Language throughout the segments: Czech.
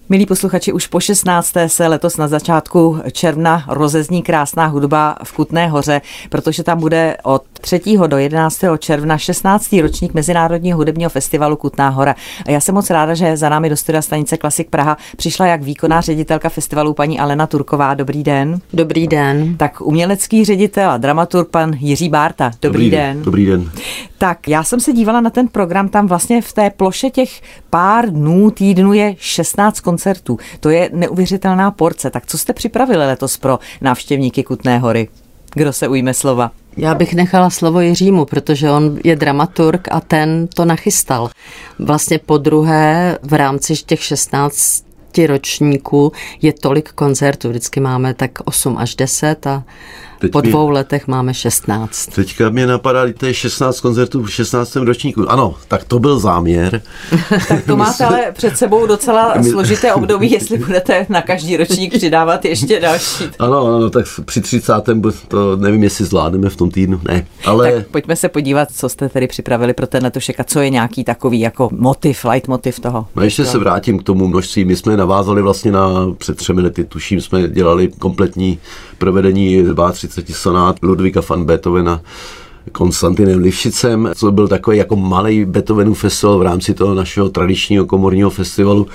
Milí posluchači, už po 16. se letos na začátku června rozezní krásná hudba v Kutné Hoře, protože tam bude od 3. do 11. června 16. ročník Mezinárodního hudebního festivalu Kutná Hora. A já jsem moc ráda, že za námi do studia stanice Klasik Praha přišla jak výkonná ředitelka festivalu paní Alena Turková. Dobrý den. Dobrý den. Tak umělecký ředitel a dramaturg pan Jiří Bárta. Dobrý den. Dobrý den. Tak já jsem se dívala na ten program, tam vlastně v té ploše těch pár dnů, týdnů je 16 koncertů. To je neuvěřitelná porce. Tak co jste připravili letos pro návštěvníky Kutné Hory? Kdo se ujme slova? Já bych nechala slovo Jiřímu, protože on je dramaturg a ten to nachystal. Vlastně podruhé v rámci těch 16 ročníků je tolik koncertů. Vždycky máme tak 8 až 10 a po 2 letech máme 16. Teďka mě napadá, to je 16 koncertů v 16. ročníku. Ano, tak to byl záměr. Tak to máte ale před sebou docela složité období, jestli budete na každý ročník přidávat ještě další. Ano, tak při 30. to nevím, jestli zvládneme v tom týdnu, ne. Ale... Tak pojďme se podívat, co jste tedy připravili pro ten letošek a co je nějaký takový jako motiv, leitmotiv toho. No ještě se vrátím k tomu množství. My jsme navázali vlastně před 3 lety, tuším, jsme dělali kompletní provedení 32 sonát Ludvíka van Beethovena Konstantinem Lifšicem, co byl takový jako malý Beethovenův festival v rámci toho našeho tradičního komorního festivalu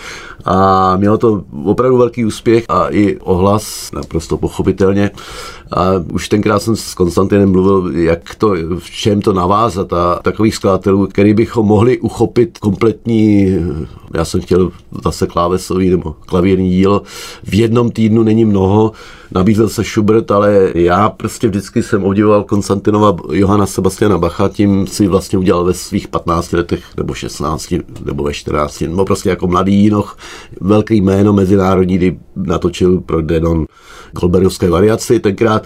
a mělo to opravdu velký úspěch a i ohlas naprosto pochopitelně. A už tenkrát jsem s Konstantinem mluvil, jak to, v čem to navázat a takových skladatelů, který bychom mohli uchopit kompletní, já jsem chtěl zase klávesový nebo klavírní dílo, v jednom týdnu není mnoho, nabízel se Schubert, ale já prostě vždycky jsem obdivoval Konstantinova Johanna Sebastiana Bacha, tím si vlastně udělal ve svých 15 letech, nebo 16, nebo ve 14, nebo prostě jako mladý jinoch, velký jméno mezinárodní, kdy natočil pro Denon Goldbergovské variaci tenkrát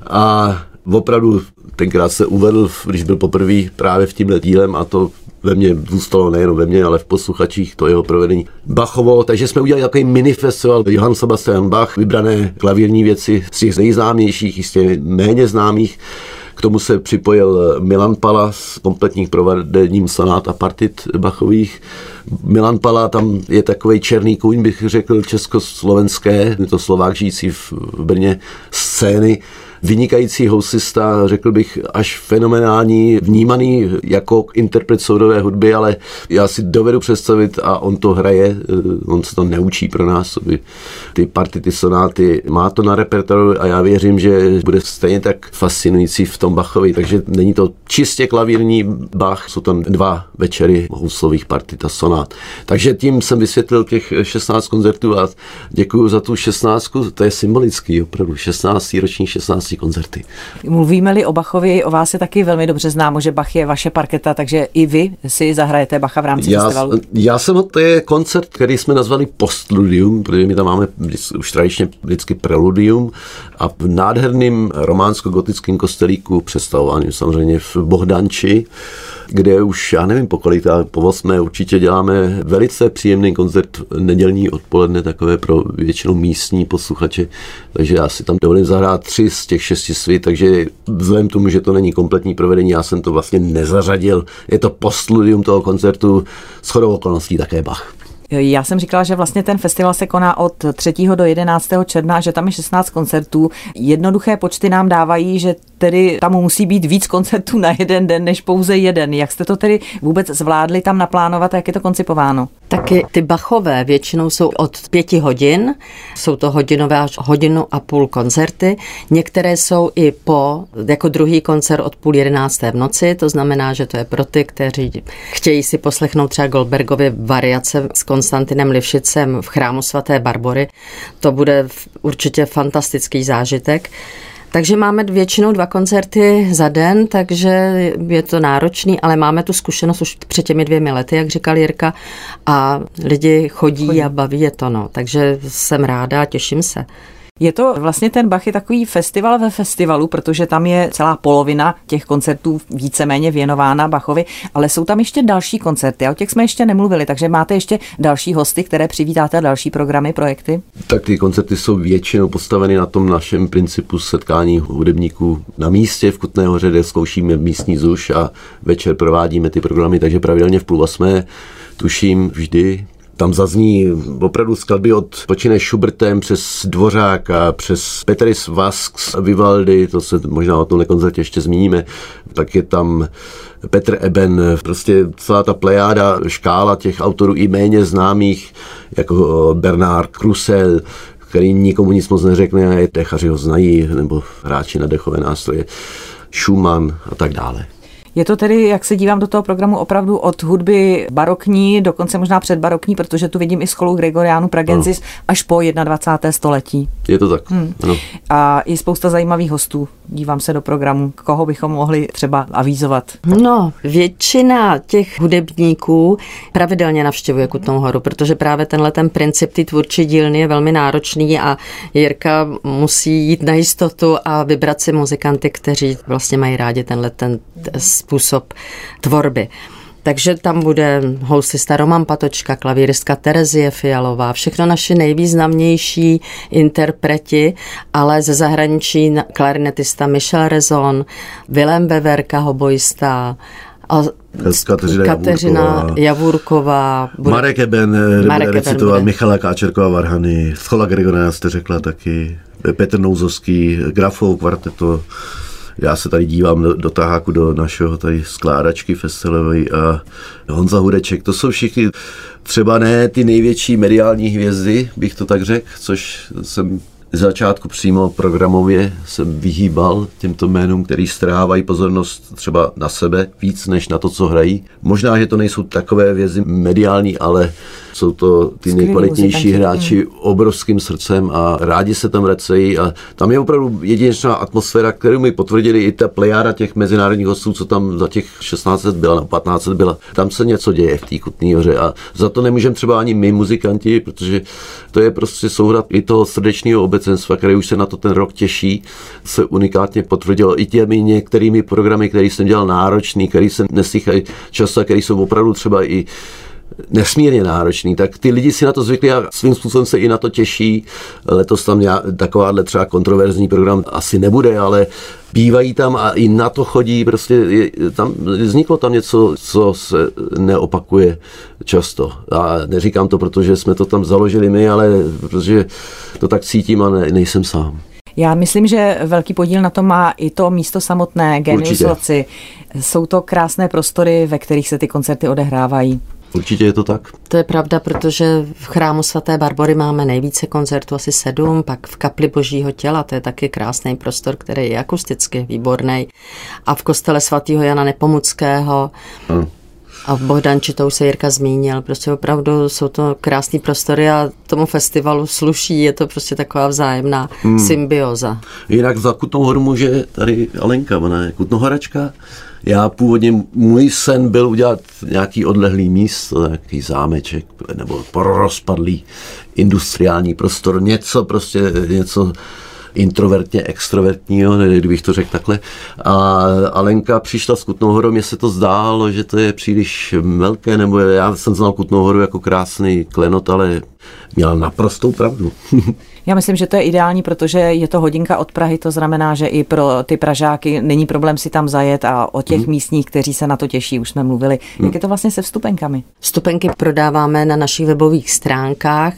a opravdu tenkrát se uvedl, když byl poprvé právě v tímhle dílem a to ve mně zůstalo nejen ve mně, ale v posluchačích to jeho provedení Bachovo, takže jsme udělali takový mini festival Johann Sebastian Bach, vybrané klavírní věci z těch nejznámějších, jistě méně známých. K tomu se připojil Milan Pala s kompletním provedením sonát a partit Bachových. Milan Pala, tam je takovej černý kůň, bych řekl, československé, je to Slovák žijící v Brně, scény. Vynikající housista, řekl bych, až fenomenální, vnímaný jako interpret soudové hudby, ale já si dovedu představit a on to hraje, on se to neučí pro nás, ty partity, sonáty, má to na repertoáru a já věřím, že bude stejně tak fascinující v tom Bachovi, takže není to čistě klavírní Bach, jsou tam 2 večery houslových partit a sonát. Takže tím jsem vysvětlil těch 16 koncertů a děkuju za tu 16, to je symbolický, opravdu 16. ročník 16 koncerty. Mluvíme-li o Bachovi, o vás je taky velmi dobře známo, že Bach je vaše parketa, takže i vy si zahrajete Bacha v rámci festivalu. To je koncert, který jsme nazvali Postludium, protože my tam máme už tradičně vždycky preludium a v nádherným románsko-gotickém kostelíku představovaným samozřejmě v Bohdanči, kde už, já nevím po 8. určitě děláme velice příjemný koncert nedělní odpoledne, takové pro většinou místní posluchače, takže já si tam dovolím zahrát 3 z těch 6 svit, takže vzhledem tomu, že to není kompletní provedení, já jsem to vlastně nezařadil. Je to postludium toho koncertu, shodou okolností také Bach. Já jsem říkala, že vlastně ten festival se koná od 3. do 11. června, že tam je 16 koncertů. Jednoduché počty nám dávají, že tedy tam musí být víc koncertů na jeden den, než pouze jeden. Jak jste to tedy vůbec zvládli tam naplánovat a jak je to koncipováno? Taky ty Bachové většinou jsou od 5 hodin, jsou to hodinové až 1,5 hodiny koncerty. Některé jsou i jako druhý koncert od 10:30 v noci, to znamená, že to je pro ty, kteří chtějí si poslechnout třeba Goldbergovy variace s Konstantinem Lifšicem v chrámu svaté Barbory. To bude určitě fantastický zážitek. Takže máme většinou 2 koncerty za den, takže je to náročný, ale máme tu zkušenost už před těmi 2 lety, jak říkal Jirka, a lidi chodí a baví je to, no. Takže jsem ráda a těším se. Je to vlastně ten Bach je takový festival ve festivalu, protože tam je celá polovina těch koncertů víceméně věnována Bachovi, ale jsou tam ještě další koncerty a o těch jsme ještě nemluvili, takže máte ještě další hosty, které přivítáte, další programy, projekty? Tak ty koncerty jsou většinou postaveny na tom našem principu setkání hudebníků na místě v Kutné Hoře, kde zkoušíme místní ZUŠ a večer provádíme ty programy, takže pravidelně v 7:30 tuším vždy Tam zazní opravdu skladby počínaje Schubertem přes Dvořáka, přes Petris Vasks, Vivaldi, to se možná o tomhle koncertě ještě zmíníme, tak je tam Petr Eben, prostě celá ta plejáda, škála těch autorů i méně známých, jako Bernard Krusel, který nikomu nic moc neřekne, a dechaři ho znají, nebo hráči na dechové nástroje, Schumann a tak dále. Je to tedy, jak se dívám do toho programu, opravdu od hudby barokní, dokonce možná předbarokní, protože tu vidím i scholu Gregorianu Pragensis, až po 21. století. Je to tak. Ano. A je spousta zajímavých hostů. Dívám se do programu, koho bychom mohli třeba avízovat. No, většina těch hudebníků pravidelně navštěvuje Kutnou Horu, protože právě ten princip té tvůrčí dílny je velmi náročný a Jirka musí jít na jistotu a vybrat si muzikanty, kteří vlastně mají rádi ten způsob tvorby. Takže tam bude housista Roman Patočka, klavíristka Terezie Fialová, všechno naši nejvýznamnější interpreti, ale ze zahraničí klarinetista Michel Rezon, Vilém Veverka, hoboista, a Kateřina Javůrková. Marek Eben, recitoval Michala Káčerková Varhany, schola Gregoriana jste řekla taky, Petr Nouzovský, Grafov kvarteto. Já se tady dívám do taháku, do našeho tady skládačky festivalové a Honza Hudeček. To jsou všichni třeba ne ty největší mediální hvězdy, bych to tak řekl, což jsem z začátku přímo programově jsem vyhýbal těmto jménům, který strhávají pozornost třeba na sebe víc, než na to, co hrají. Možná, že to nejsou takové hvězdy mediální, ale jsou to ty nejkvalitnější hráči obrovským srdcem a rádi se tam vracejí a tam je opravdu jedinečná atmosféra, kterou mi potvrdili i ta plejáda těch mezinárodních hostů, co tam za těch 16 let byla, nebo 15 let byla. Tam se něco děje v té Kutné Hoře a za to nemůžeme třeba ani my muzikanti, protože to je prostě souhrad i toho srdečného obecenstva, který už se na to ten rok těší, se unikátně potvrdilo i těmi některými programy, které jsem dělal náročný, který se neslychají často, který jsou opravdu třeba i nesmírně náročný, tak ty lidi si na to zvykli a svým způsobem se i na to těší. Letos tam takováhle třeba kontroverzní program asi nebude, ale bývají tam a i na to chodí, prostě vzniklo tam něco, co se neopakuje často. A neříkám to, protože jsme to tam založili my, ale protože to tak cítím a nejsem sám. Já myslím, že velký podíl na to má i to místo samotné, Genius Loci. Jsou to krásné prostory, ve kterých se ty koncerty odehrávají. Určitě je to tak. To je pravda, protože v chrámu svaté Barbory máme nejvíce koncertů, asi 7, pak v kapli Božího těla, to je taky krásný prostor, který je akusticky výborný. A v kostele svatého Jana Nepomuckého a v Bohdanči, to už se Jirka zmínil, prostě opravdu jsou to krásný prostory a tomu festivalu sluší, je to prostě taková vzájemná symbioza. Jinak za Kutnou Horu může tady Alenka, ona je Kutnohoračka. Já původně, můj sen byl udělat nějaký odlehlý místo, nějaký zámeček nebo rozpadlý industriální prostor, něco introvertně extrovertního, kdybych to řekl takhle. A Alenka přišla s Kutnou Horou, mně se to zdálo, že to je příliš velké, nebo já jsem znal Kutnou Horu jako krásný klenot, ale měla naprostou pravdu. Já myslím, že to je ideální, protože je to hodinka od Prahy, to znamená, že i pro ty Pražáky není problém si tam zajet a o těch místních, kteří se na to těší, už jsme mluvili. Jak je to vlastně se vstupenkami? Vstupenky prodáváme na našich webových stránkách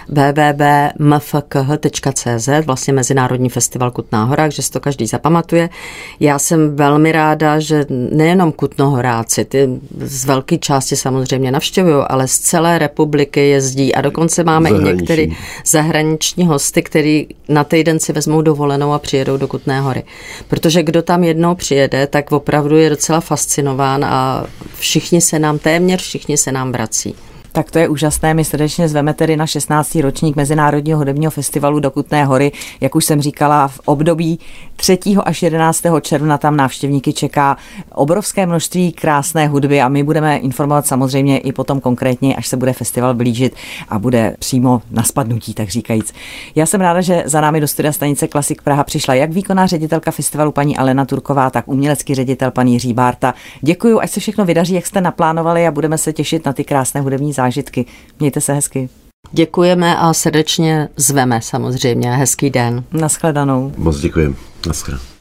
www.mfkh.cz, vlastně Mezinárodní festival Kutná Hora, že si to každý zapamatuje. Já jsem velmi ráda, že nejenom Kutnohoráci, ty z velké části samozřejmě navštěvují, ale z celé republiky jezdí a dokonce máme i některé zahraniční hosty, který na týden si vezmou dovolenou a přijedou do Kutné Hory. Protože kdo tam jednou přijede, tak opravdu je docela fascinován a téměř všichni se nám vrací. Tak to je úžasné, my srdečně zveme tedy na 16. ročník Mezinárodního hudebního festivalu do Kutné Hory. Jak už jsem říkala, v období 3. až 11. června tam návštěvníky čeká obrovské množství krásné hudby a my budeme informovat samozřejmě i potom konkrétně, až se bude festival blížit a bude přímo na spadnutí, tak říkajíc. Já jsem ráda, že za námi do studia stanice Klasik Praha přišla jak výkonná ředitelka festivalu paní Alena Turková, tak umělecký ředitel pan Jiří Bárta. Děkuju, ať se všechno vydaří, jak jste naplánovali a budeme se těšit na ty krásné hudební zážitky. Mějte se hezky. Děkujeme a srdečně zveme samozřejmě. Hezký den. Nashledanou. Moc děkujeme. Nashledanou.